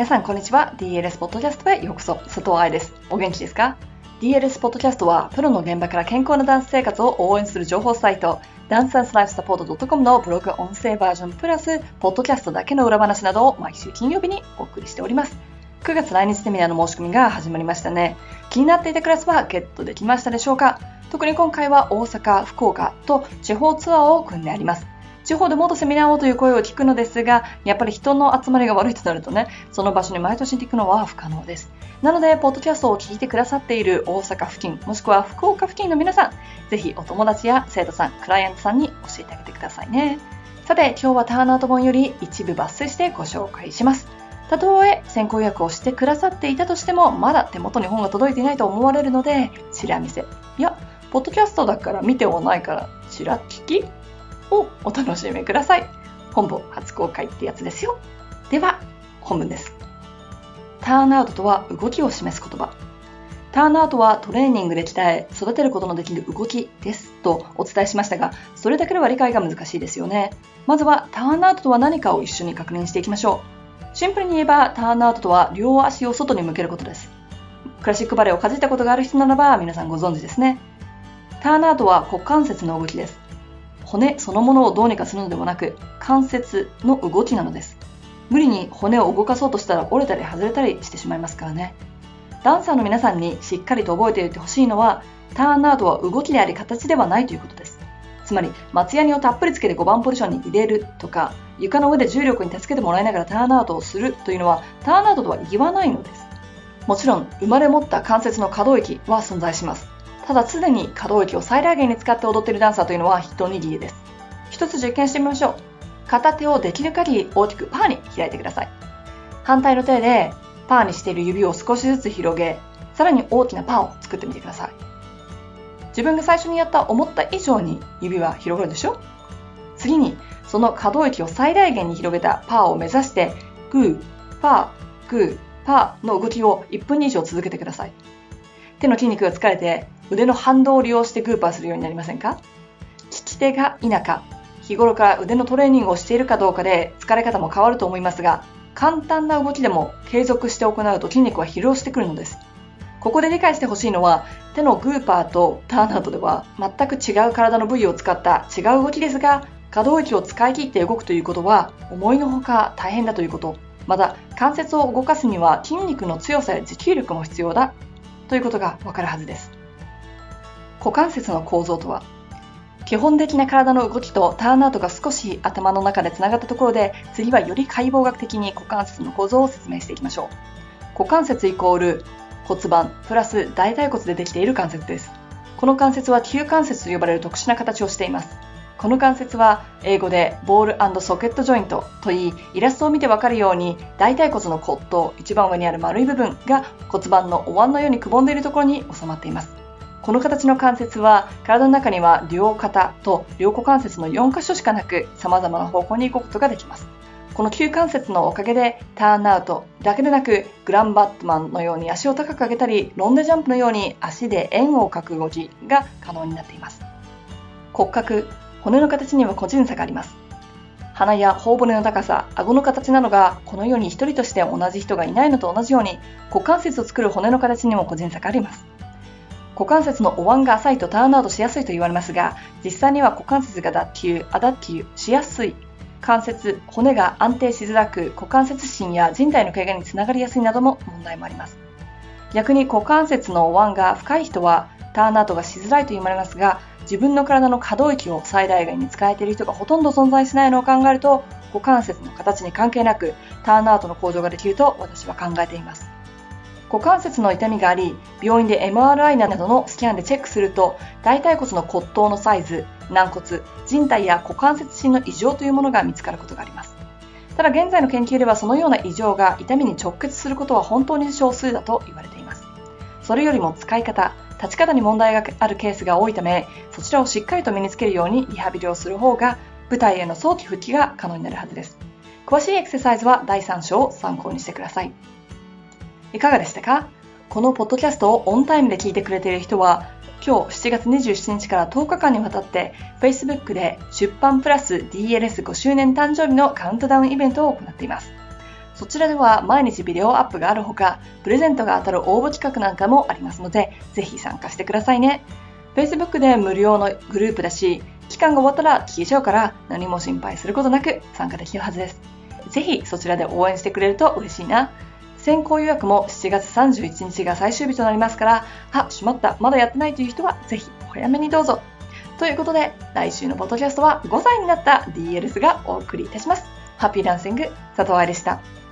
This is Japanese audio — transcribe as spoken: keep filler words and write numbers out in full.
皆さんこんにちは。 ディーエルエス ポッドキャストへようこそ。佐藤愛です。お元気ですか？ ディーエルエス ポッドキャストはプロの現場から健康なダンス生活を応援する情報サイト、ダンス&ライフサポート .com のブログ音声バージョンプラスポッドキャストだけの裏話などを毎週金曜日にお送りしております。くがつ来日セミナーの申し込みが始まりましたね。気になっていたクラスはゲットできましたでしょうか？特に今回は大阪、福岡と地方ツアーを組んであります。地方でもっとセミナーをという声を聞くのですが、やっぱり人の集まりが悪いとなるとね、その場所に毎年行くのは不可能です。なので、ポッドキャストを聞いてくださっている大阪付近、もしくは福岡付近の皆さん、ぜひお友達や生徒さん、クライアントさんに教えてあげてくださいね。さて、今日はターンアウト本より一部抜粋してご紹介します。たとえ先行予約をしてくださっていたとしても、まだ手元に本が届いていないと思われるので、チラ見せ。いや、ポッドキャストだから見てはないから、チラ聞きをお楽しみください。本文初公開ってやつですよ。では本文です。ターンアウトとは動きを示す言葉。ターンアウトはトレーニングで鍛え育てることのできる動きですとお伝えしましたが、それだけでは理解が難しいですよね。まずはターンアウトとは何かを一緒に確認していきましょう。シンプルに言えばターンアウトとは両足を外に向けることです。クラシックバレエをかじったことがある人ならば皆さんご存知ですね。ターンアウトは股関節の動きです。骨そのものをどうにかするのではなく、関節の動きなのです。無理に骨を動かそうとしたら折れたり外れたりしてしまいますからね。ダンサーの皆さんにしっかりと覚えておいてほしいのは、ターンアウトは動きであり形ではないということです。つまり、松ヤニをたっぷりつけてごばんポジションに入れるとか、床の上で重力に助けてもらいながらターンアウトをするというのは、ターンアウトとは言わないのです。もちろん、生まれ持った関節の可動域は存在します。ただ常に可動域を最大限に使って踊っているダンサーというのは一握りです。一つ実験してみましょう。片手をできる限り大きくパーに開いてください。反対の手でパーにしている指を少しずつ広げ、さらに大きなパーを作ってみてください。自分が最初にやった思った以上に指は広がるでしょ？次にその可動域を最大限に広げたパーを目指してグー、パー、グー、パーの動きをいっぷん以上続けてください。手の筋肉が疲れて腕の反動を利用してグーパーするようになりませんか？利き手が否か、日頃から腕のトレーニングをしているかどうかで疲れ方も変わると思いますが、簡単な動きでも継続して行うと筋肉は疲労してくるのです。ここで理解してほしいのは、手のグーパーとターンアウトでは全く違う体の部位を使った違う動きですが、可動域を使い切って動くということは思いのほか大変だということ。また関節を動かすには筋肉の強さや持久力も必要だということがわかるはずです。股関節の構造とは、基本的な体の動きとターンアウトが少し頭の中でつながったところで、次はより解剖学的に股関節の構造を説明していきましょう。股関節イコール骨盤プラス大腿骨でできている関節です。この関節は球関節と呼ばれる特殊な形をしています。この関節は英語でボール&ソケットジョイントといい、イラストを見てわかるように大腿骨の骨頭、一番上にある丸い部分が骨盤のお椀のようにくぼんでいるところに収まっています。この形の関節は体の中には両肩と両股関節のよん箇所しかなく、様々な方向に動くことができます。この球関節のおかげでターンアウトだけでなく、グランバットマンのように足を高く上げたり、ロンデジャンプのように足で円を描く動きが可能になっています。骨格、骨の形には個人差があります。鼻や頬骨の高さ、顎の形などがこのように一人として同じ人がいないのと同じように、股関節を作る骨の形にも個人差があります。股関節のお椀が浅いとターンアウトしやすいと言われますが、実際には股関節が脱臼、亜脱臼しやすい、関節、骨が安定しづらく、股関節芯や靭帯の怪我につながりやすいなどの問題もあります。逆に股関節のお椀が深い人はターンアウトがしづらいと言われますが、自分の体の可動域を最大限に使えている人がほとんど存在しないのを考えると、股関節の形に関係なくターンアウトの向上ができると私は考えています。股関節の痛みがあり、病院で エムアールアイ などのスキャンでチェックすると、大腿骨の骨頭のサイズ、軟骨、靭帯や股関節芯の異常というものが見つかることがあります。ただ現在の研究ではそのような異常が痛みに直結することは本当に少数だと言われています。それよりも使い方、立ち方に問題があるケースが多いため、そちらをしっかりと身につけるようにリハビリをする方が舞台への早期復帰が可能になるはずです。詳しいエクササイズはだいさん章を参考にしてください。いかがでしたか？このポッドキャストをオンタイムで聞いてくれている人は、今日しちがつにじゅうしちにちからとおかかんにわたって Facebook で出版プラス ディーエルエスご 周年誕生日のカウントダウンイベントを行っています。 そちらでは毎日ビデオアップがあるほか、プレゼントが当たる応募企画なんかもありますので、ぜひ参加してくださいね。Facebook で無料のグループだし、期間が終わったら消えちゃうから何も心配することなく参加できるはずです。ぜひそちらで応援してくれると嬉しいな。先行予約もしちがつさんじゅういちにちが最終日となりますから、あ、しまった、まだやってないという人はぜひお早めにどうぞ。ということで、来週のポッドキャストはごさいになった ディーエルエス がお送りいたします。ハッピーダンシング、佐藤愛でした。